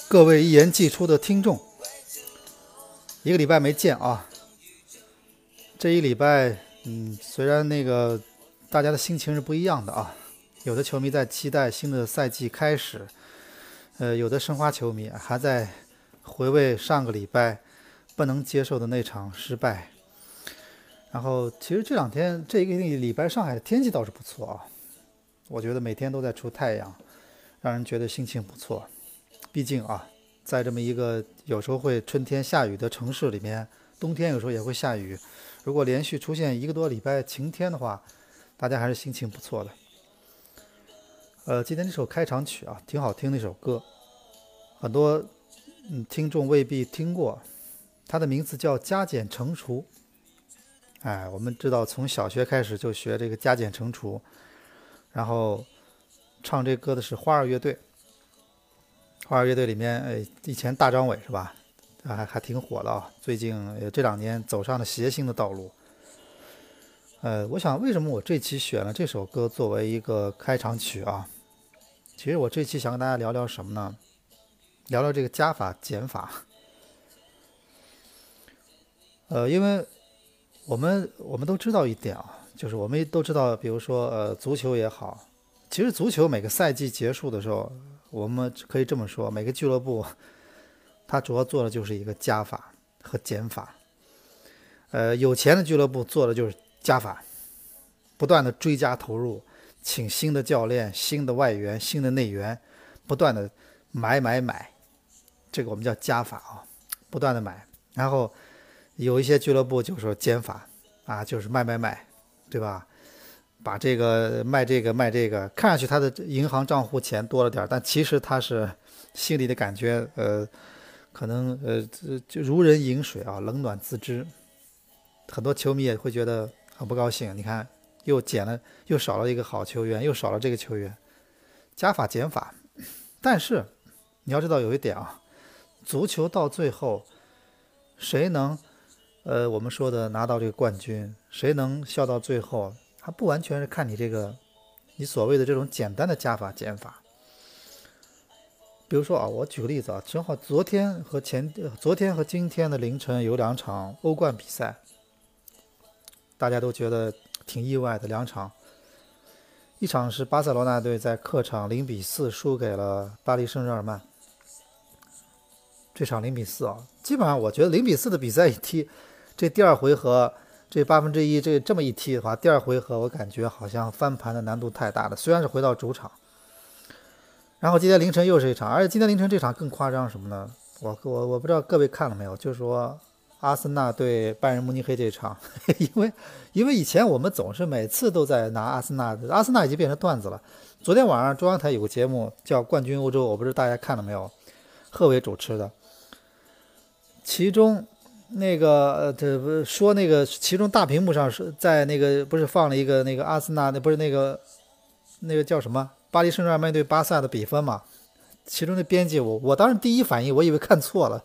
各位一言既出的听众，一个礼拜没见啊。这一礼拜，虽然大家的心情是不一样的啊，有的球迷在期待新的赛季开始，有的申花球迷还在回味上个礼拜不能接受的那场失败。然后，其实这两天这一个礼拜上海的天气倒是不错啊，我觉得每天都在出太阳，让人觉得心情不错。毕竟啊，在这么一个有时候会春天下雨的城市里面，冬天有时候也会下雨。如果连续出现一个多礼拜晴天的话，大家还是心情不错的。今天这首开场曲啊，挺好听的一首歌，很多听众未必听过，它的名字叫加减乘除。我们知道从小学开始就学这个加减乘除，然后唱这歌的是花儿乐队。花儿乐队里面，以前大张伟是吧？还挺火的啊。最近这2年走上了谐星的道路。我想为什么我这期选了这首歌作为一个开场曲啊？其实我这期想跟大家聊聊什么呢？聊聊这个加法减法。因为我们都知道一点啊，就是我们都知道，比如说足球也好，其实足球每个赛季结束的时候，我们可以这么说，每个俱乐部它主要做的就是一个加法和减法。有钱的俱乐部做的就是加法，不断的追加投入，请新的教练、新的外援、新的内援，不断的买，这个我们叫加法啊，不断的买。然后有一些俱乐部就说减法啊，就是卖，对吧？把这个卖这个，看上去他的银行账户钱多了点，但其实他是心里的感觉，可能就如人饮水啊，冷暖自知。很多球迷也会觉得很不高兴，你看又少了一个好球员，又少了这个球员，加法减法。但是你要知道有一点啊，足球到最后谁能我们说的拿到这个冠军，谁能笑到最后，它不完全是看你所谓的这种简单的加法减法。比如说啊，我举个例子啊，正好昨天和今天的凌晨有2场欧冠比赛，大家都觉得挺意外的2场。一场是巴塞罗那队在客场0-4输给了巴黎圣日耳曼。这场0-4啊，基本上我觉得0-4的比赛一踢，这第2回合这1/8这么一踢的话，第2回合我感觉好像翻盘的难度太大了。虽然是回到主场，然后今天凌晨又是一场，而且今天凌晨这场更夸张什么呢？我不知道各位看了没有，就是说阿森纳对拜仁慕尼黑这场，因为以前我们总是每次都在拿阿森纳已经变成段子了。昨天晚上中央台有个节目叫《冠军欧洲》，我不知道大家看了没有，贺炜主持的。其中其中大屏幕上是在不是放了一个阿森纳不是那个叫什么巴黎圣日耳曼对巴萨的比分嘛？其中的编辑我当时第一反应我以为看错了，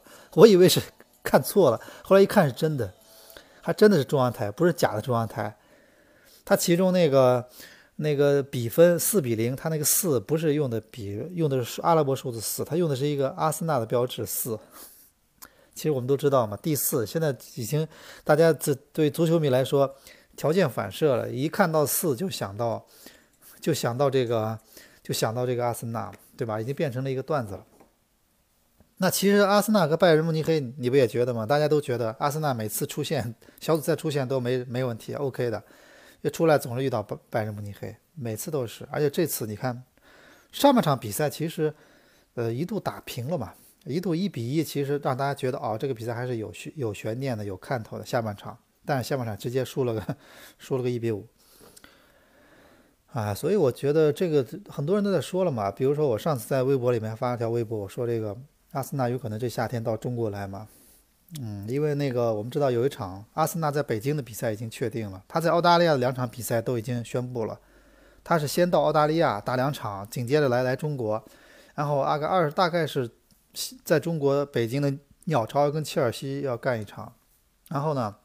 后来一看是真的，还真的是中央台，不是假的中央台。它其中那个比分4-0，它那个4不是用的是阿拉伯数字4，它用的是一个阿森纳的标志4。其实我们都知道嘛，第4现在已经大家对足球迷来说条件反射了，一看到4就想到这个阿森纳，对吧？已经变成了一个段子了。那其实阿森纳和拜仁慕尼黑，你不也觉得吗？大家都觉得阿森纳每次出现小组赛出现都没问题 ，OK 的，一出来总是遇到拜仁慕尼黑，每次都是。而且这次你看上半场比赛其实一度打平了嘛，一度1-1，其实让大家觉得这个比赛还是有悬念的，有看头的下半场，但是下半场直接输了个1-5。所以我觉得这个很多人都在说了嘛，比如说我上次在微博里面发了条微博，我说这个阿森纳有可能这夏天到中国来嘛。因为我们知道有一场阿森纳在北京的比赛已经确定了，他在澳大利亚的2场比赛都已经宣布了，他是先到澳大利亚打2场，紧接着来中国，然后大概是在中国北京的鸟巢跟切尔西要干一场，然后呢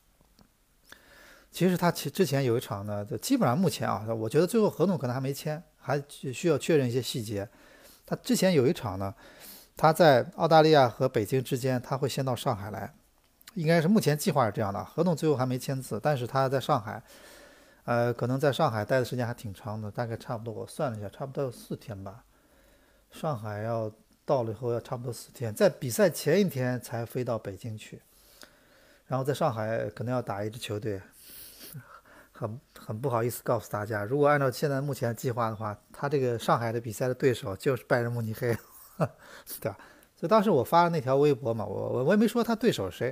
其实他之前有一场呢，基本上目前我觉得最后合同可能还没签，还需要确认一些细节。他之前有一场呢， 他在澳大利亚和北京之间，他会先到上海来，应该是目前计划是这样的，合同最后还没签字，但是他在上海，可能在上海待的时间还挺长的，大概差不多我算了一下，差不多有4天吧。上海要到了以后要差不多4天，在比赛前一天才飞到北京去，然后在上海可能要打一支球队，很不好意思告诉大家，如果按照现在目前计划的话，他这个上海的比赛的对手就是拜仁慕尼黑，对吧？所以当时我发了那条微博嘛，我也没说他对手是谁。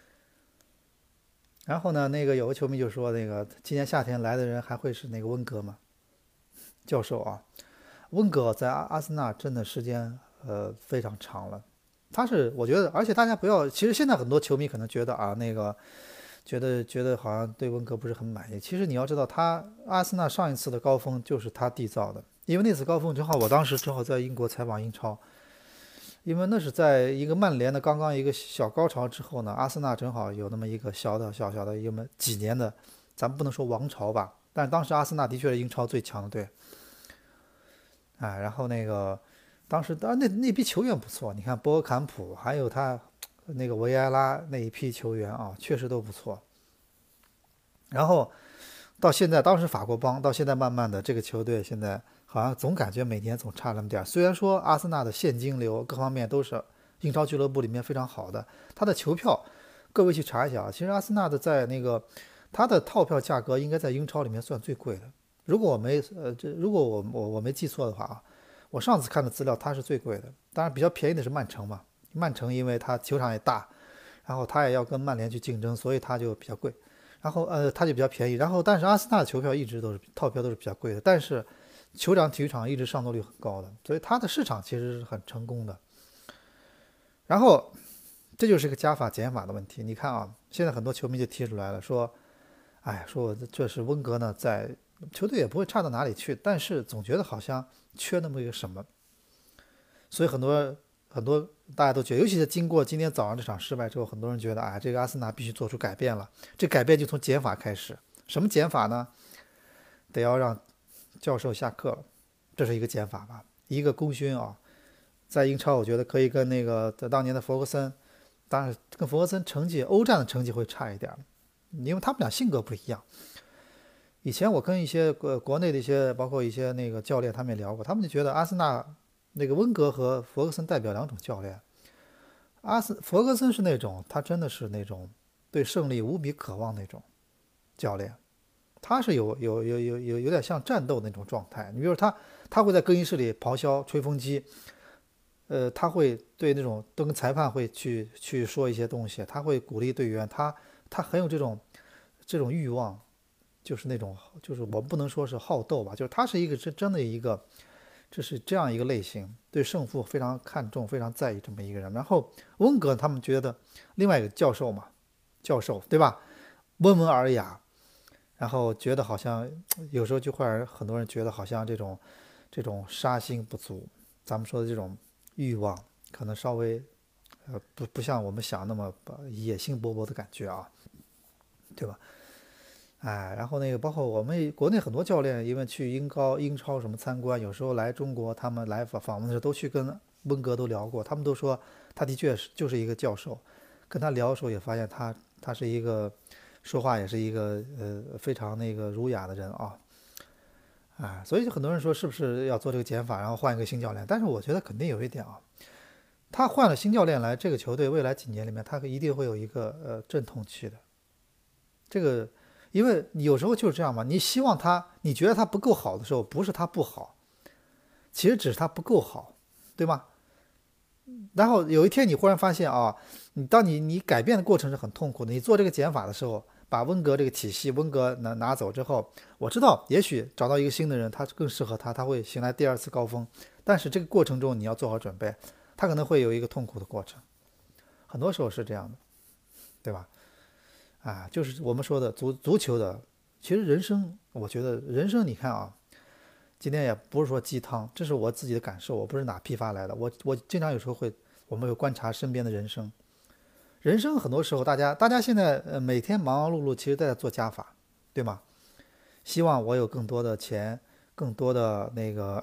然后呢，那个有个球迷就说，那个今年夏天来的人还会是那个温格吗？教授啊，温格在阿森纳真的时间非常长了。他是我觉得，而且大家不要，其实现在很多球迷可能觉得啊，那个觉得好像对温格不是很满意。其实你要知道，他阿森纳上一次的高峰就是他缔造的，因为那次高峰正好我当时正好在英国采访英超，因为那是在一个曼联的刚刚一个小高潮之后呢，阿森纳正好有那么一个小的一么几年的，咱们不能说王朝吧，但是当时阿森纳的确是英超最强的队，哎，然后那个当时当然那批球员不错，你看波尔坎普还有他那个维埃拉那一批球员啊，确实都不错。然后到现在，当时法国帮，到现在慢慢的这个球队现在好像总感觉每年总差那么点儿。虽然说阿森纳的现金流各方面都是英超俱乐部里面非常好的，他的球票，各位去查一下啊，其实阿森纳的在那个他的套票价格应该在英超里面算最贵的。如果我没记错的话啊，我上次看的资料它是最贵的，当然比较便宜的是曼城嘛。曼城因为它球场也大，然后他也要跟曼联去竞争，所以它就比较贵。然后它就比较便宜。然后但是阿森纳的球票一直都是套票都是比较贵的，但是酋长体育场一直上座率很高的，所以它的市场其实是很成功的。然后这就是个加法减法的问题。你看啊，现在很多球迷就提出来了，说，哎，说我这是温格呢，在球队也不会差到哪里去，但是总觉得好像缺那么一个什么，所以很多大家都觉得，尤其是经过今天早上这场失败之后，很多人觉得，哎，这个阿森纳必须做出改变了。这改变就从减法开始。什么减法呢？得要让教授下课了，这是一个减法吧。一个功勋啊，在英超我觉得可以跟那个在当年的弗格森，当然跟弗格森欧战的成绩会差一点，因为他们俩性格不一样。以前我跟一些国内的一些，包括一些那个教练，他们也聊过，他们就觉得阿森纳那个温格和弗格森代表两种教练。弗格森是那种他真的是那种对胜利无比渴望那种教练，他是有点像战斗那种状态。你比如他会在更衣室里咆哮吹风机，他会对那种都跟裁判会去说一些东西，他会鼓励队员，他很有这种欲望，就是那种就是我们不能说是好斗吧，就是他是一个真的一个。这是这样一个类型，对胜负非常看重、非常在意这么一个人。然后温格他们觉得另外一个教授嘛，教授对吧？温文尔雅，然后觉得好像有时候就会让很多人觉得好像这种杀心不足，咱们说的这种欲望可能稍微不像我们想那么野心勃勃的感觉啊，对吧？哎，然后那个包括我们国内很多教练，因为去英超什么参观，有时候来中国，他们来访问的时候都去跟温格都聊过，他们都说他的确是就是一个教授，跟他聊的时候也发现他是一个说话也是一个非常那个儒雅的人啊，哎，所以就很多人说是不是要做这个减法，然后换一个新教练？但是我觉得肯定有一点啊，他换了新教练来，这个球队未来几年里面，他一定会有一个阵痛期的。这个，因为你有时候就是这样嘛，你希望他，你觉得他不够好的时候，不是他不好，其实只是他不够好，对吗？然后有一天你忽然发现啊，当你改变的过程是很痛苦的，你做这个减法的时候，把温格这个体系温格拿走之后，我知道也许找到一个新的人，他更适合他，他会迎来第二次高峰，但是这个过程中你要做好准备，他可能会有一个痛苦的过程，很多时候是这样的，对吧？啊，就是我们说的足球的，其实人生，我觉得人生，你看啊，今天也不是说鸡汤，这是我自己的感受，我不是哪批发来的。我经常有时候我们会观察身边的人生，人生很多时候大家现在每天忙忙碌碌，其实在做加法，对吗？希望我有更多的钱，更多的那个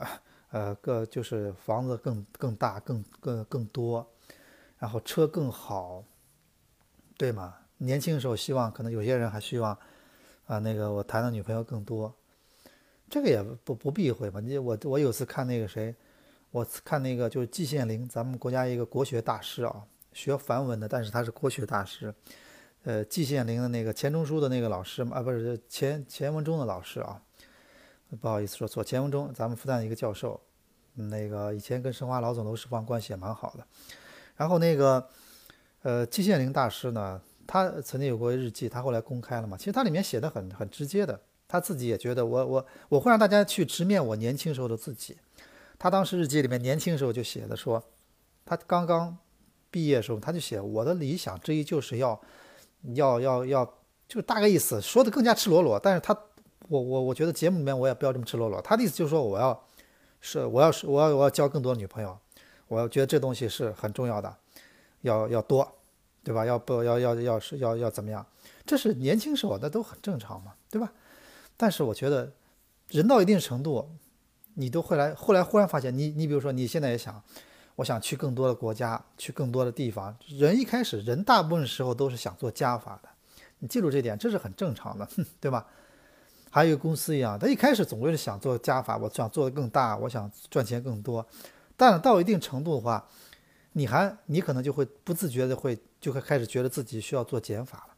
就是房子更大更多，然后车更好，对吗？年轻的时候希望，可能有些人还希望那个我谈的女朋友更多，这个也不避讳嘛。我有次看那个谁，我看那个就是季羡林，咱们国家一个国学大师啊，学梵文的，但是他是国学大师。季羡林的那个钱钟书的那个老师嘛，不是钱文忠的老师啊，不好意思说错，钱文忠，咱们复旦的一个教授，那个以前跟申花老总楼时光关系也蛮好的。然后那个季羡林大师呢，他曾经有过日记，他后来公开了嘛。其实他里面写的很直接的，他自己也觉得我会让大家去直面我年轻时候的自己。他当时日记里面年轻时候就写的说，他刚刚毕业的时候他就写我的理想之一就是要，就是大概意思说的更加赤裸裸，但是我觉得节目里面我也不要这么赤裸裸。他的意思就是说我要交更多的女朋友，我要觉得这东西是很重要的，要多，对吧？要不要怎么样？这是年轻时候那都很正常嘛，对吧？但是我觉得人到一定程度，你都后来忽然发现，你比如说你现在也想，我想去更多的国家，去更多的地方。人大部分时候都是想做加法的，你记住这点，这是很正常的，对吧？还有一个公司一样，他一开始总归是想做加法，我想做的更大，我想赚钱更多。但是到一定程度的话，你可能就会不自觉的就会开始觉得自己需要做减法了，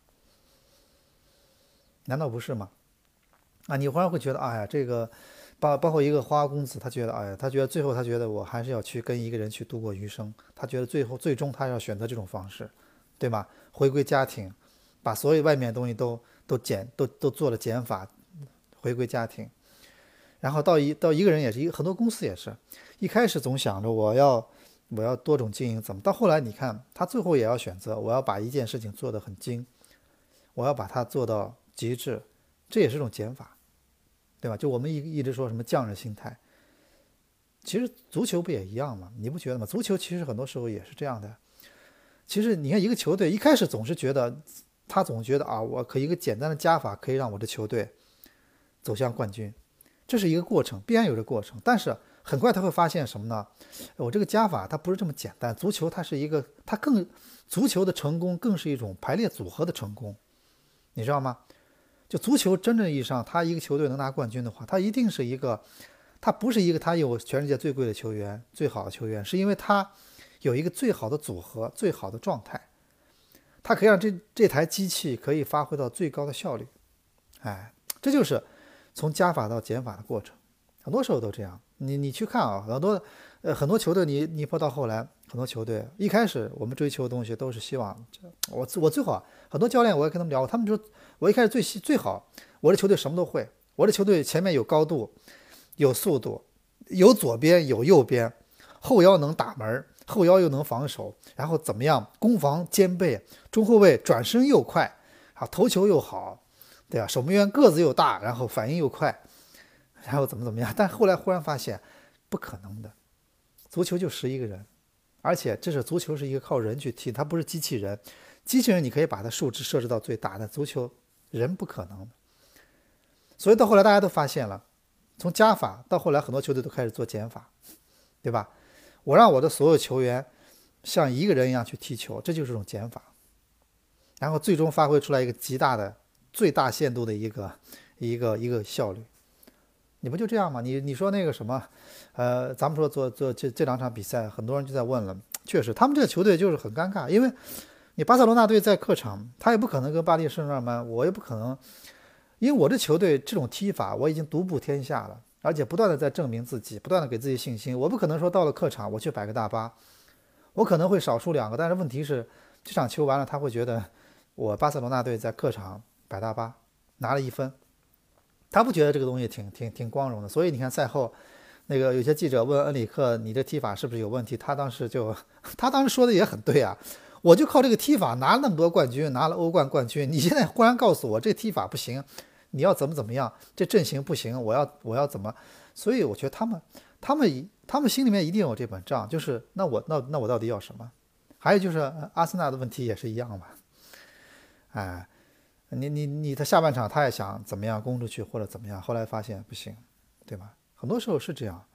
难道不是吗？你忽然会觉得，哎呀，这个包括一个花花公子，他觉得，哎呀，他觉得最后他觉得我还是要去跟一个人去度过余生，他觉得最终他要选择这种方式，对吗？回归家庭，把所有外面的东西都做了减法，回归家庭。然后到一个人也是很多公司也是，一开始总想着我要多种经营，怎么到后来你看他最后也要选择，我要把一件事情做得很精，我要把它做到极致，这也是种减法，对吧？就我们一直说什么匠人心态，其实足球不也一样吗？你不觉得吗？足球其实很多时候也是这样的。其实你看一个球队一开始总是觉得他总觉得我可以一个简单的加法可以让我的球队走向冠军，这是一个过程，必然有这过程。但是很快他会发现什么呢？我这个加法它不是这么简单，足球它是一个，足球的成功更是一种排列组合的成功，你知道吗？就足球真正意义上，他一个球队能拿冠军的话，他一定是一个，他不是一个他有全世界最贵的球员、最好的球员，是因为他有一个最好的组合、最好的状态，他可以让这台机器可以发挥到最高的效率。哎，这就是从加法到减法的过程，很多时候都这样。你去看很多球队，你到后来，很多球队一开始我们追求的东西都是希望我最好，很多教练我也跟他们聊，他们说我一开始最好，我的球队什么都会，我的球队前面有高度，有速度，有左边有右边，后腰能打门，后腰又能防守，然后怎么样攻防兼备，中后卫转身又快，头球又好，对吧？守门员个子又大，然后反应又快，然后怎么样？但后来忽然发现不可能的，足球就11个人，而且足球是一个靠人去踢，它不是机器人。机器人你可以把它数值设置到最大，但足球人不可能。所以到后来大家都发现了，从加法到后来很多球队都开始做减法，对吧？我让我的所有球员像一个人一样去踢球，这就是一种减法，然后最终发挥出来一个最大限度的一个效率。你不就这样吗？你说那个什么，咱们说做这两场比赛，很多人就在问了，确实他们这个球队就是很尴尬，因为你巴塞罗那队在客场，他也不可能跟巴黎圣日耳曼，我也不可能，因为我这球队这种踢法我已经独步天下了，而且不断的在证明自己，不断的给自己信心，我不可能说到了客场我去摆个大巴，我可能会少输2个，但是问题是这场球完了他会觉得我巴塞罗那队在客场摆大巴拿了1分。他不觉得这个东西挺光荣的，所以你看赛后，那个有些记者问恩里克，你这踢法是不是有问题？他当时说的也很对啊，我就靠这个踢法拿了那么多冠军，拿了欧冠冠军，你现在忽然告诉我这踢法不行，你要怎么样？这阵型不行，我要怎么？所以我觉得他们心里面一定有这本账，就是那我到底要什么？还有就是阿森纳的问题也是一样嘛，哎。他下半场他也想怎么样攻出去或者怎么样，后来发现不行，对吧？很多时候是这样，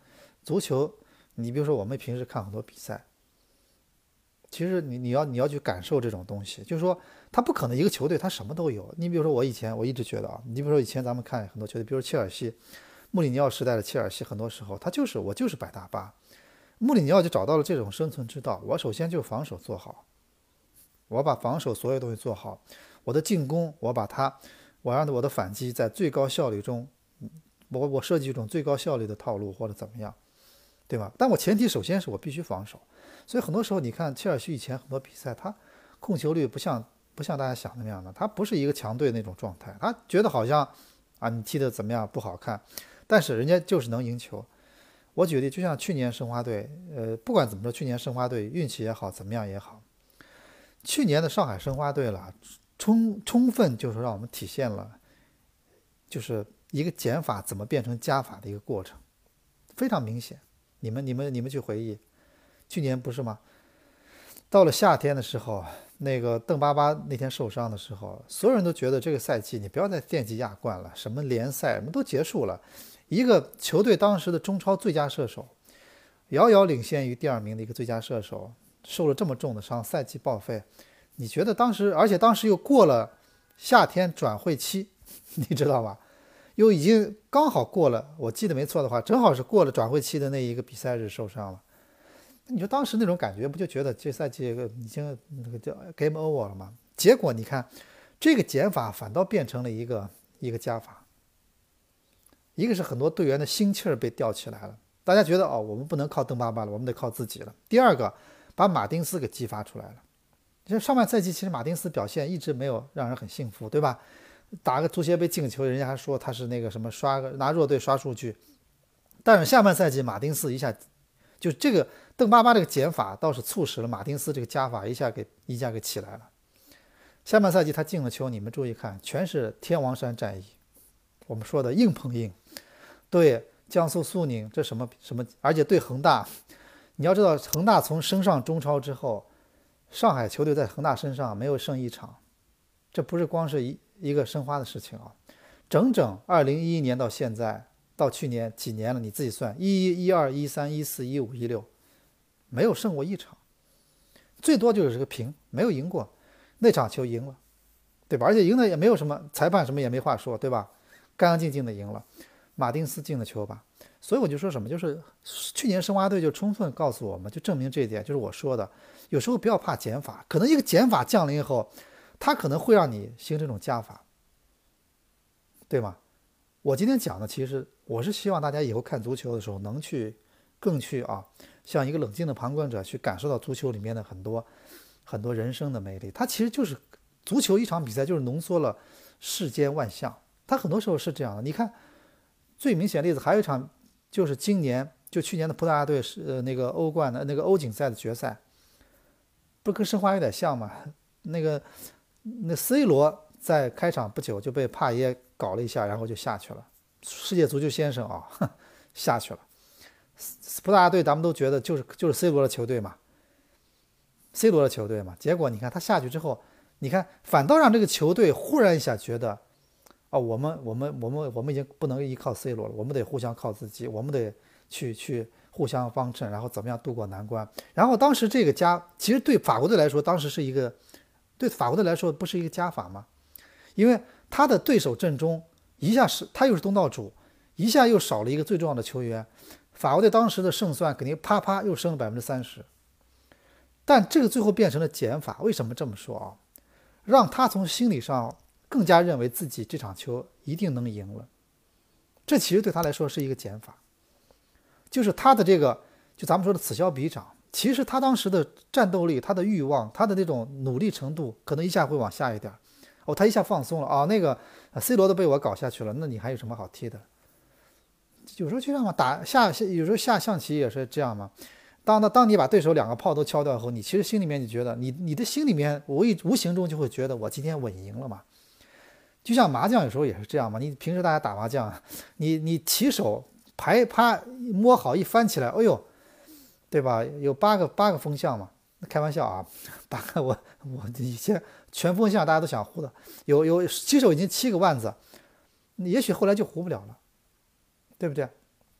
足球，你比如说我们平时看很多比赛，其实你要去感受这种东西，就是说他不可能一个球队他什么都有。你比如说我一直觉得啊，你比如说以前咱们看很多球队，比如说切尔西，穆里尼奥时代的切尔西，很多时候他就是我就是摆大巴，穆里尼奥就找到了这种生存之道。我首先就防守做好，我把防守所有东西做好，我的进攻我让我的反击在最高效率中，我设计一种最高效率的套路或者怎么样，对吧？但我前提首先是我必须防守。所以很多时候你看切尔西以前很多比赛，他控球率不像大家想的那样的，他不是一个强队那种状态，他觉得好像啊你踢得怎么样不好看，但是人家就是能赢球。我举例，就像去年申花队，不管怎么说，去年申花队运气也好，怎么样也好，去年的上海申花队了，充分就是让我们体现了，就是一个减法怎么变成加法的一个过程，非常明显。你们去回忆，去年不是吗？到了夏天的时候，那个邓巴巴那天受伤的时候，所有人都觉得这个赛季你不要再惦记亚冠了，什么联赛什么都结束了。一个球队当时的中超最佳射手，遥遥领先于第二名的一个最佳射手，受了这么重的伤，赛季报废。你觉得当时，而且当时又过了夏天转会期，你知道吧？又已经刚好过了，我记得没错的话，正好是过了转会期的那一个比赛日受伤了。你说当时那种感觉，不就觉得这赛季已经那个叫 game over 了吗？结果你看，这个减法反倒变成了一个加法。一个是很多队员的心气儿被吊起来了，大家觉得哦，我们不能靠邓巴巴了，我们得靠自己了。第二个，把马丁斯给激发出来了。就上半赛季其实马丁斯表现一直没有让人很幸福，对吧？打个足协杯进球，人家还说他是那个什么拿弱队刷数据。但是下半赛季马丁斯一下就这个邓巴巴这个减法倒是促使了马丁斯这个加法一下给起来了。下半赛季他进了球，你们注意看，全是天王山战役，我们说的硬碰硬，对江苏苏宁这什么，而且对恒大，你要知道恒大从升上中超之后，上海球队在恒大身上没有胜一场，这不是光是一个申花的事情啊，整整2011年到现在。到去年几年了？你自己算，11、12、13、14、15、16，没有胜过一场，最多就是个平，没有赢过。那场球赢了，对吧？而且赢的也没有什么裁判什么也没话说，对吧？干干净净的赢了，马丁斯进的球吧。所以我就说什么，就是去年申花队就充分告诉我们，就证明这一点，就是我说的，有时候不要怕减法，可能一个减法降临以后，它可能会让你形成这种加法，对吗？我今天讲的，其实我是希望大家以后看足球的时候，能更去像一个冷静的旁观者去感受到足球里面的很多很多人生的魅力。它其实就是足球一场比赛，就是浓缩了世间万象。它很多时候是这样的。你看，最明显的例子还有一场，就是去年的葡萄牙队是那个欧冠的那个欧锦赛的决赛，不跟申花有点像吗？那 C 罗在开场不久就被帕耶搞了一下，然后就下去了。世界足球先生下去了。葡萄牙队咱们都觉得就是 C 罗的球队嘛，C 罗的球队嘛。结果你看他下去之后，你看反倒让这个球队忽然一下觉得，我们已经不能依靠 C 罗了，我们得互相靠自己，我们得去互相帮衬，然后怎么样度过难关。然后当时这个其实对法国队来说，当时对法国队来说不是一个加法吗？因为他的对手阵中一下是他又是东道主，一下又少了一个最重要的球员，法国队当时的胜算肯定啪又升了30%。但这个最后变成了减法，为什么这么说啊？让他从心理上更加认为自己这场球一定能赢了，这其实对他来说是一个减法，就是他的这个就咱们说的此消彼长。其实他当时的战斗力、他的欲望、他的那种努力程度，可能一下会往下一点。他一下放松了那个 C 罗都被我搞下去了，那你还有什么好踢的？有时候就这样嘛，有时候下象棋也是这样嘛。当你把对手2个炮都敲掉以后，你其实心里面就觉得你的心里面无形中就会觉得我今天稳赢了嘛。就像麻将有时候也是这样嘛，你平时大家打麻将，你起手牌啪摸好一翻起来，哎呦，对吧？有八个风向嘛，开玩笑啊，8个我以前全风向大家都想胡的，有起手已经7个腕子，也许后来就胡不了了，对不对？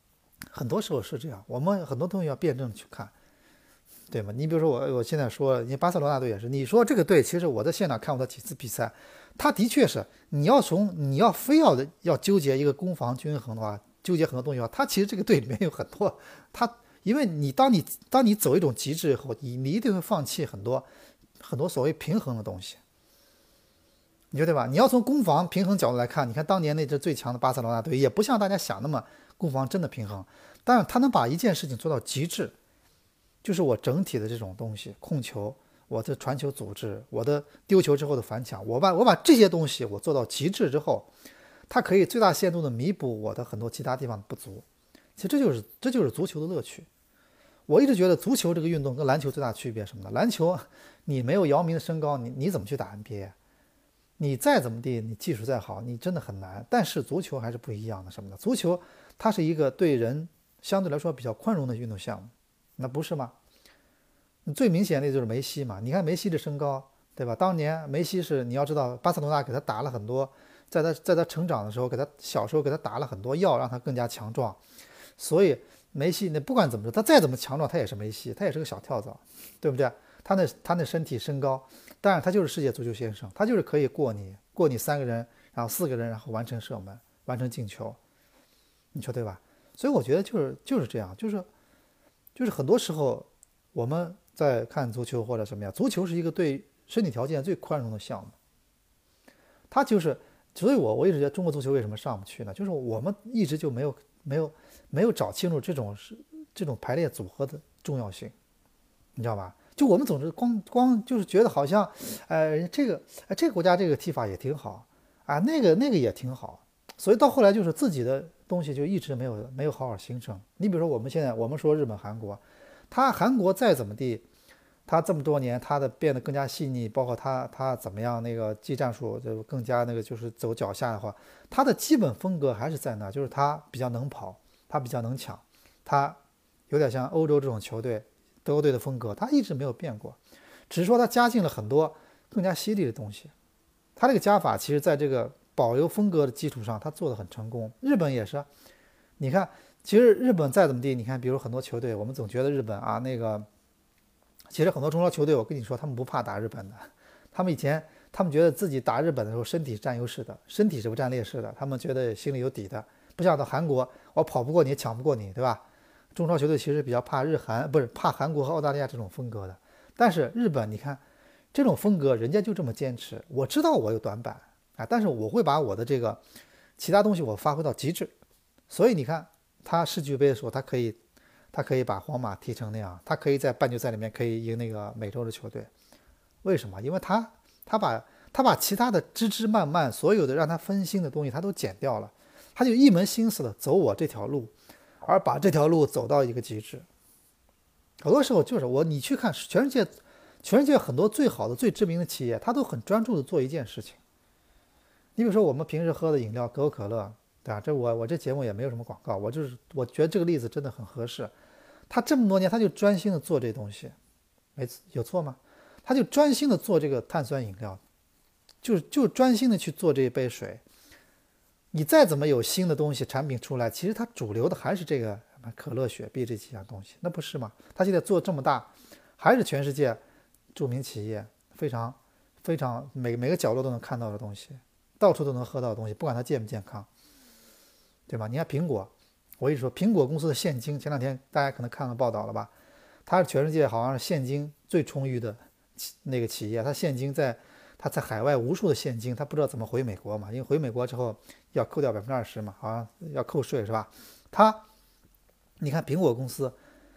很多时候是这样，我们很多东西要辩证去看，对吗？你比如说我现在说，你巴塞罗那队也是，你说这个队，其实我在现场看过他几次比赛，他的确是，你要非要纠结一个攻防均衡的话，纠结很多东西的话，他其实这个队里面有很多，他因为当你走一种极致以后，你一定会放弃很多所谓平衡的东西，你说对吧？你要从攻防平衡角度来看，你看当年那支最强的巴塞罗那队，也不像大家想那么攻防真的平衡，但是他能把一件事情做到极致，就是我整体的这种东西，控球，我的传球组织，我的丢球之后的反抢，我把这些东西我做到极致之后，它可以最大限度的弥补我的很多其他地方的不足。其实这就是足球的乐趣。我一直觉得足球这个运动跟篮球最大区别是什么呢？篮球你没有姚明的身高，你怎么去打 NBA？你再怎么地，你技术再好，你真的很难。但是足球还是不一样的，什么呢？足球它是一个对人相对来说比较宽容的运动项目，那不是吗？最明显的就是梅西嘛，你看梅西的身高，对吧？当年梅西是你要知道，巴塞罗那给他打了很多，在他成长的时候，小时候给他打了很多药，让他更加强壮。所以梅西那不管怎么说，他再怎么强壮，他也是梅西，他也是个小跳蚤，对不对？他那身体身高，但是他就是世界足球先生，他就是可以过你3个人，然后4个人，然后完成射门，完成进球，你说对吧？所以我觉得就是这样，就是很多时候我们在看足球或者什么样，足球是一个对身体条件最宽容的项目，它就是，所以我一直觉得中国足球为什么上不去呢？就是我们一直就没有找清楚这种排列组合的重要性，你知道吧？就我们总是光就是觉得好像，这个国家这个踢法也挺好啊，那个也挺好，所以到后来就是自己的东西就一直没有好好形成。你比如说我们说日本韩国，韩国再怎么地，他这么多年他的变得更加细腻，包括他怎么样那个技战术就更加那个就是走脚下的话，他的基本风格还是在那，就是他比较能跑，他比较能抢，他有点像欧洲这种球队。德国队的风格，他一直没有变过，只是说他加进了很多更加犀利的东西。他这个加法，其实在这个保留风格的基础上，他做得很成功。日本也是，你看，其实日本再怎么地，你看，比如很多球队，我们总觉得日本啊，那个，其实很多中超球队，我跟你说，他们不怕打日本的，他们觉得自己打日本的时候，身体是占优势的，身体是不占劣势的，他们觉得心里有底的，不像到韩国，我跑不过你，抢不过你，对吧？中超球队其实比较怕日韩，不是怕韩国和澳大利亚这种风格的。但是日本，你看这种风格，人家就这么坚持。我知道我有短板啊，但是我会把我的这个其他东西我发挥到极致。所以你看他世俱杯的时候，他可以把皇马踢成那样，他可以在半决赛里面可以赢那个美洲的球队。为什么？因为他把其他的枝枝蔓蔓，所有的让他分心的东西他都剪掉了，他就一门心思的走我这条路。而把这条路走到一个极致，很多时候就是你去看全世界很多最好的、最知名的企业，他都很专注的做一件事情。你比如说我们平时喝的饮料可口可乐，对吧？我这节目也没有什么广告，我觉得这个例子真的很合适。他这么多年他就专心的做这东西，有错吗？他就专心的做这个碳酸饮料，就专心的去做这一杯水。你再怎么有新的东西产品出来，其实它主流的还是这个什么可乐、雪碧这几样东西，那不是吗？它现在做这么大，还是全世界著名企业，非常非常每个角落都能看到的东西，到处都能喝到的东西，不管它健不健康，对吧？你看苹果，我跟你说，苹果公司的现金，前两天大家可能看了报道了吧？它是全世界好像是现金最充裕的那个企业，它现金他在海外无数的现金，他不知道怎么回美国嘛，因为回美国之后要扣掉20%嘛，好像要扣税是吧？你看苹果公司，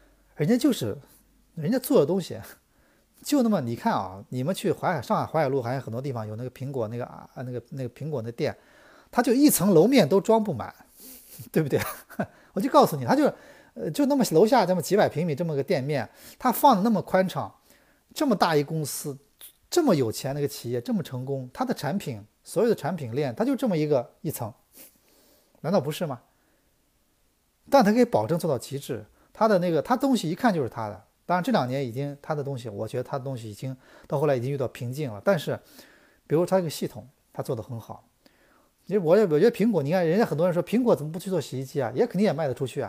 人家做的东西就那么，你看啊，你们去上海淮海路还有很多地方有那个苹果那个苹果的店，它就一层楼面都装不满，对不对？我就告诉你，它就那么楼下这么几百平米这么个店面，它放的那么宽敞，这么大一公司。这么有钱的一个企业这么成功，它的产品所有的产品链，它就这么一层，难道不是吗？但它可以保证做到极致，它东西一看就是它的。当然这2年已经它的东西，我觉得它的东西已经到后来已经遇到瓶颈了。但是，比如它这个系统，它做得很好。因为我觉得苹果，你看人家很多人说苹果怎么不去做洗衣机啊？也肯定也卖得出去啊。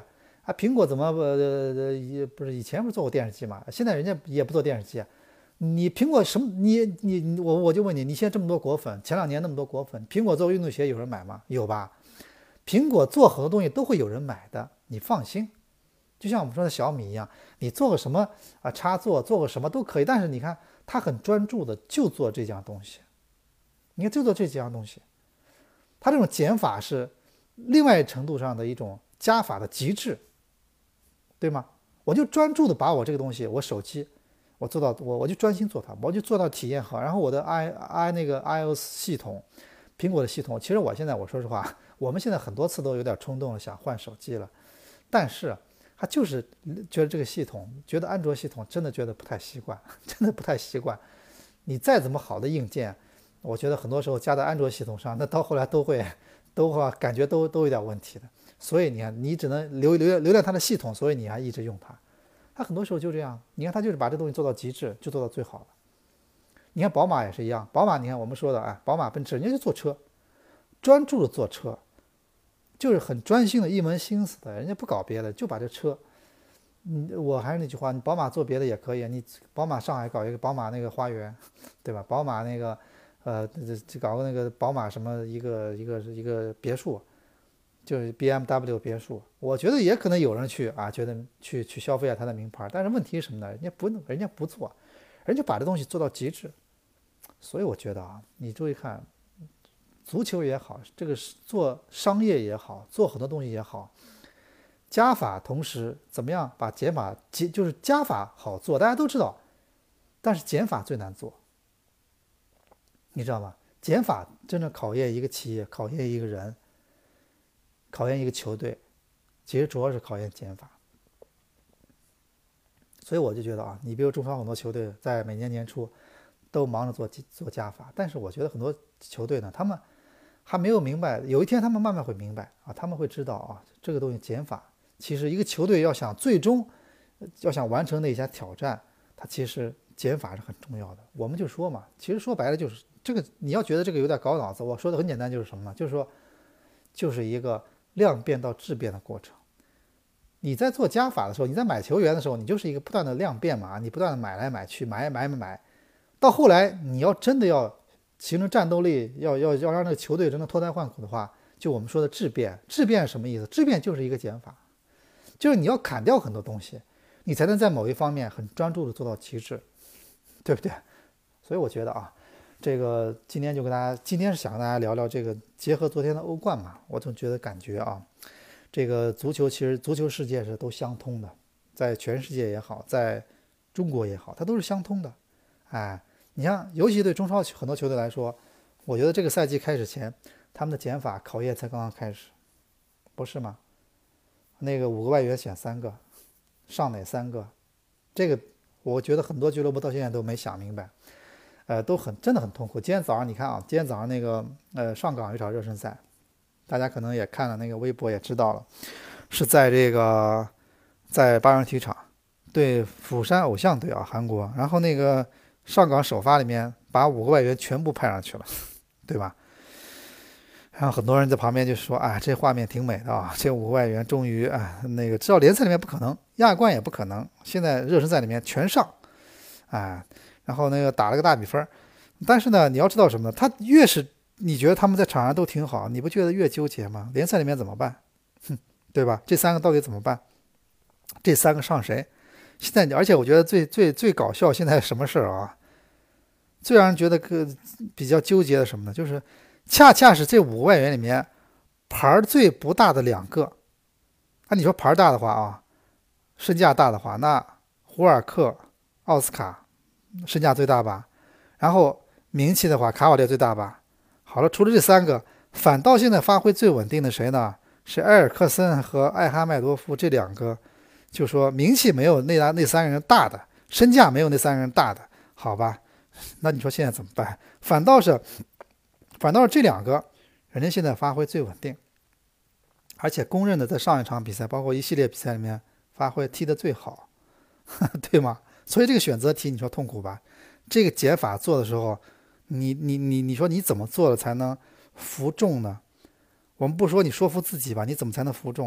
啊，苹果怎么也不是以前不是做过电视机嘛？现在人家也不做电视机啊。你苹果什么？我就问你，你现在这么多果粉，前2年那么多果粉，苹果做运动鞋有人买吗？有吧？苹果做很多东西都会有人买的，你放心。就像我们说的小米一样，你做个什么啊插座，做个什么都可以，但是你看他很专注的就做这样东西，你看就做这几样东西，他这种减法是另外程度上的一种加法的极致，对吗？我就专注的把我这个东西，我手机，我做到我就专心做它，我就做到体验好。然后我的 那个 iOS 系统，苹果的系统，其实我现在我说实话，我们现在很多次都有点冲动了，想换手机了，但是他就是觉得这个系统，觉得安卓系统真的觉得不太习惯，真的不太习惯。你再怎么好的硬件，我觉得很多时候加在安卓系统上，那到后来都感觉都有点问题的。所以你看，你只能留恋它的系统，所以你还一直用它。它很多时候就这样，你看它就是把这东西做到极致，就做到最好了。你看宝马也是一样，宝马你看我们说的啊，宝马奔驰人家就做车，专注的做车，就是很专心的一门心思的，人家不搞别的，就把这车。我还是那句话，你宝马做别的也可以，你宝马上海搞一个宝马那个花园，对吧？宝马那个搞个那个宝马什么一个别墅，就是 BMW 别墅，我觉得也可能有人去啊，觉得去消费下它的名牌，但是问题是什么呢？人家不做，人家把这东西做到极致。所以我觉得啊，你注意看，足球也好，这个做商业也好，做很多东西也好，加法同时怎么样把减法就是加法好做，大家都知道，但是减法最难做，你知道吗？减法真正考验一个企业，考验一个人，考验一个球队，其实主要是考验减法。所以我就觉得啊，你比如中超很多球队在每年年初都忙着做加法，但是我觉得很多球队呢，他们还没有明白，有一天他们慢慢会明白啊，他们会知道啊，这个东西减法，其实一个球队要想最终要想完成那一项挑战，它其实减法是很重要的。我们就说嘛，其实说白了就是这个，你要觉得这个有点搞脑子，我说的很简单，就是什么呢？就是说，就是一个量变到质变的过程。你在做加法的时候，你在买球员的时候，你就是一个不断的量变嘛，你不断的买来买去，买，到后来你要真的要形成战斗力，要让这个球队真的脱胎换骨的话，就我们说的质变。质变是什么意思？质变就是一个减法，就是你要砍掉很多东西，你才能在某一方面很专注的做到极致，对不对？所以我觉得啊，这个今天是想跟大家聊聊这个，结合昨天的欧冠嘛，我总觉得感觉啊。这个足球其实足球世界是都相通的，在全世界也好，在中国也好，它都是相通的。哎，你像尤其对中超很多球队来说，我觉得这个赛季开始前，他们的减法考验才刚刚开始，不是吗？那个5个外援选3个，上哪3个？这个我觉得很多俱乐部到现在都没想明白，都真的很痛苦。今天早上你看啊，今天早上那个上港有一场热身赛。大家可能也看了那个微博，也知道了，是在八人体育场对釜山偶像队啊，韩国。然后那个上港首发里面把5个外援全部派上去了，对吧？然后很多人在旁边就说：“啊，这画面挺美的啊，这5个外援终于啊，那个知道联赛里面不可能，亚冠也不可能，现在热身赛里面全上，啊，然后那个打了个大比分。但是呢，你要知道什么呢？他越是你觉得他们在场上都挺好，你不觉得越纠结吗？联赛里面怎么办？对吧？这3个到底怎么办？这3个上谁？现在，而且我觉得最搞笑，现在什么事儿啊？最让人觉得比较纠结的什么呢？就是恰恰是这5个外援里面牌最不大的2个。你说牌大的话啊，身价大的话，那胡尔克、奥斯卡身价最大吧？然后名气的话，卡瓦略最大吧？好了，除了这3个，反倒现在发挥最稳定的谁呢？是埃尔克森和艾哈迈多夫这2个，就说名气没有那3个人大的，身价没有那3个人大的，好吧？那你说现在怎么办？反倒是这2个，人家现在发挥最稳定，而且公认的在上一场比赛，包括一系列比赛里面发挥踢得最好，对吗？所以这个选择题，你说痛苦吧？这个解法做的时候。你说你怎么做了才能服众呢？我们不说你说服自己吧，你怎么才能服众呢？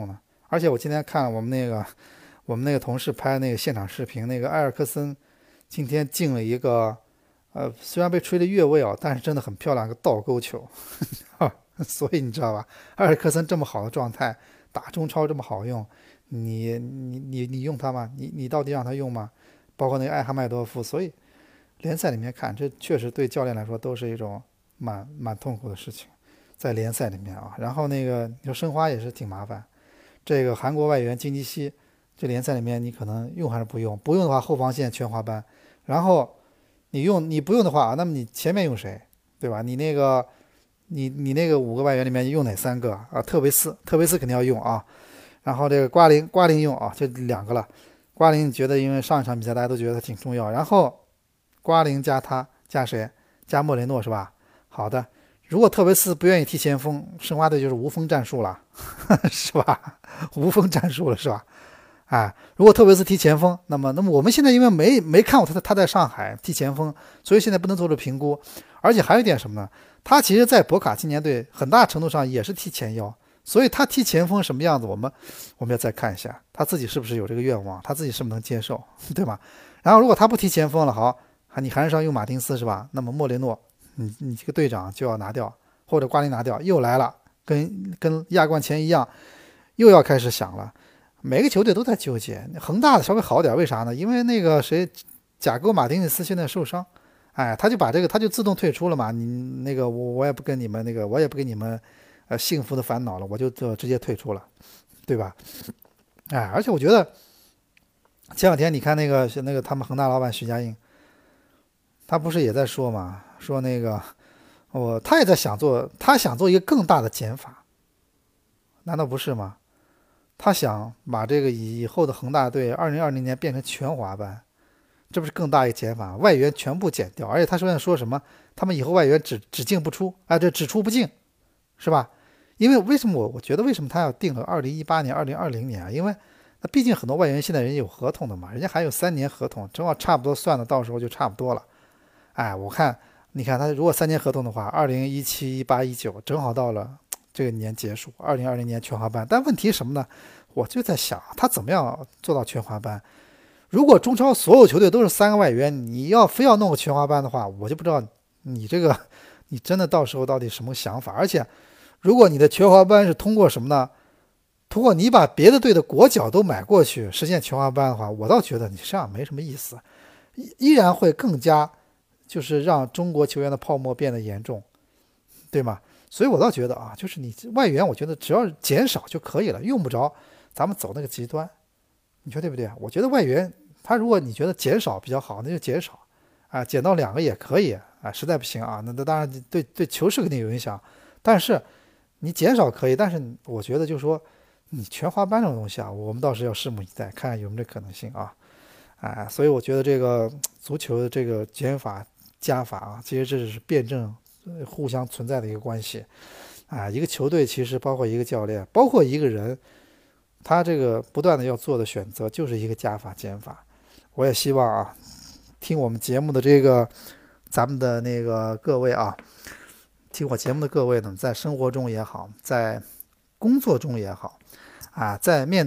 而且我今天看了我们那个同事拍那个现场视频，那个埃尔克森今天进了一个虽然被吹的越位啊，但是真的很漂亮，个倒钩球。所以你知道吧，埃尔克森这么好的状态，打中超这么好用，你用他吗？你到底让他用吗？包括那个艾哈迈多夫，所以联赛里面看，这确实对教练来说都是一种蛮痛苦的事情，在联赛里面啊。然后那个你说申花也是挺麻烦，这个韩国外援金基熙，这联赛里面你可能用还是不用？不用的话，后防线全华班，然后你不用的话，那么你前面用谁，对吧？你那个5个外援里面用哪3个啊？特维斯肯定要用啊，然后这个瓜林用啊，就2个了。瓜林你觉得因为上一场比赛大家都觉得他挺重要，然后瓜林加他加谁？加莫雷诺是吧？好的，如果特维斯不愿意踢前锋，申花队就是无锋战术了，是吧？无锋战术了是吧？哎，如果特维斯踢前锋，那么我们现在因为没看过他在上海踢前锋，所以现在不能做出评估。而且还有一点什么呢？他其实，在博卡青年队很大程度上也是踢前腰，所以他踢前锋什么样子，我们要再看一下他自己是不是有这个愿望，他自己是不是能接受，对吧？然后如果他不踢前锋了，好，你还是要用马丁斯是吧？那么莫雷诺，你这个队长就要拿掉，或者瓜林拿掉，又来了，跟亚冠前一样，又要开始想了。每个球队都在纠结，恒大的稍微好点，为啥呢？因为那个谁，贾戈马丁内斯现在受伤，哎，他就把这个他就自动退出了嘛。你那个我也不跟你们那个，我也不给你们幸福的烦恼了，我就直接退出了，对吧？哎，而且我觉得前两天你看那个他们恒大老板许家印，他不是也在说嘛，说那个他也在想做一个更大的减法，难道不是吗？他想把这个以后的恒大队2020年变成全华班，这不是更大一个减法？外援全部减掉，而且他说什么？他们以后外援只进不出，啊，这只出不进，是吧？因为为什么我觉得为什么他要定了2018年、2020年啊？因为那毕竟很多外援现在人家有合同的嘛，人家还有3年合同，正好差不多算的，到时候就差不多了。哎，我看你看他如果3年合同的话，2017、18、19正好到了这个年结束，2020年全华班。但问题什么呢？我就在想，他怎么样做到全华班？如果中超所有球队都是3个外援，你要非要弄个全华班的话，我就不知道你这个你真的到时候到底什么想法。而且，如果你的全华班是通过什么呢？通过你把别的队的国脚都买过去实现全华班的话，我倒觉得你这样没什么意思，依然会更加就是让中国球员的泡沫变得严重，对吗？所以我倒觉得啊，就是你外援，我觉得只要减少就可以了，用不着咱们走那个极端，你说对不对？我觉得外援他如果你觉得减少比较好，那就减少啊，减到2个也可以啊，实在不行啊，那当然对球市肯定有影响，但是你减少可以，但是我觉得就是说你全华班这种东西啊，我们倒是要拭目以待，看看有没有这可能性啊。哎，所以我觉得这个足球的这个减法加法啊，其实这是辩证互相存在的一个关系啊。一个球队其实包括一个教练，包括一个人，他这个不断的要做的选择就是一个加法减法。我也希望啊，听我们节目的咱们的那个各位啊，听我节目的各位呢，在生活中也好，在工作中也好啊，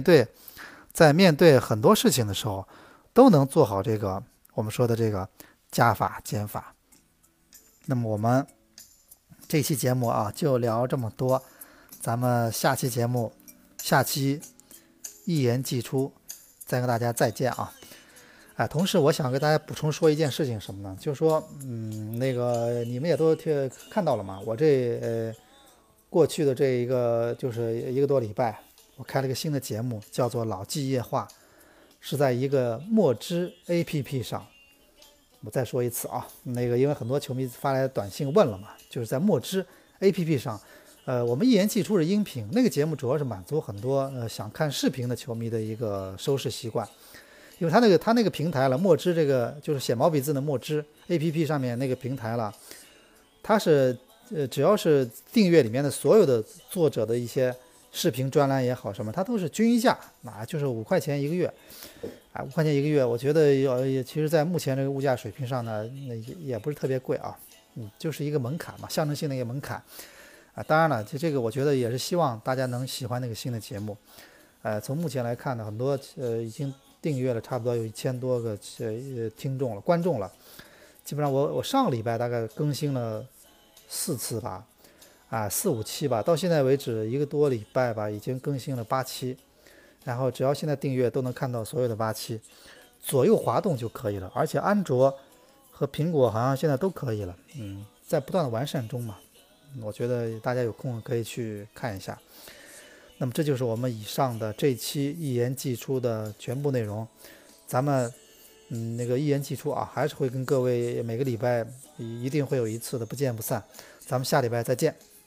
在面对很多事情的时候，都能做好这个我们说的这个加法减法。那么我们这期节目啊就聊这么多，咱们下期一言既出，再跟大家再见啊！哎，同时我想跟大家补充说一件事情，什么呢？就是说，那个你们也都看到了嘛，我过去的这一个就是1个多礼拜，我开了个新的节目，叫做老纪夜话，是在一个墨汁 APP 上。我再说一次啊，那个因为很多球迷发来短信问了嘛，就是在墨汁 APP 上，我们一言既出是音频，那个节目主要是满足很多想看视频的球迷的一个收视习惯，因为他那个平台了，墨汁这个就是写毛笔字的墨汁 APP 上面那个平台了，它是只要是订阅里面的所有的作者的一些视频专栏也好什么，它都是均一价，就是5块钱1个月。5块钱1个月，我觉得其实在目前这个物价水平上呢，那也不是特别贵啊，就是一个门槛嘛，象征性的一个门槛啊。当然了，这个我觉得也是希望大家能喜欢那个新的节目从目前来看呢，很多已经订阅了差不多有1000多个听众了，观众了。基本上我上个礼拜大概更新了4次吧，4、5期吧，到现在为止1个多礼拜吧，已经更新了8期。然后只要现在订阅都能看到所有的8期，左右滑动就可以了。而且安卓和苹果好像现在都可以了，在不断的完善中嘛。我觉得大家有空可以去看一下。那么这就是我们以上的这期一言既出的全部内容。咱们那个一言既出还是会跟各位每个礼拜一定会有一次的，不见不散。咱们下礼拜再见。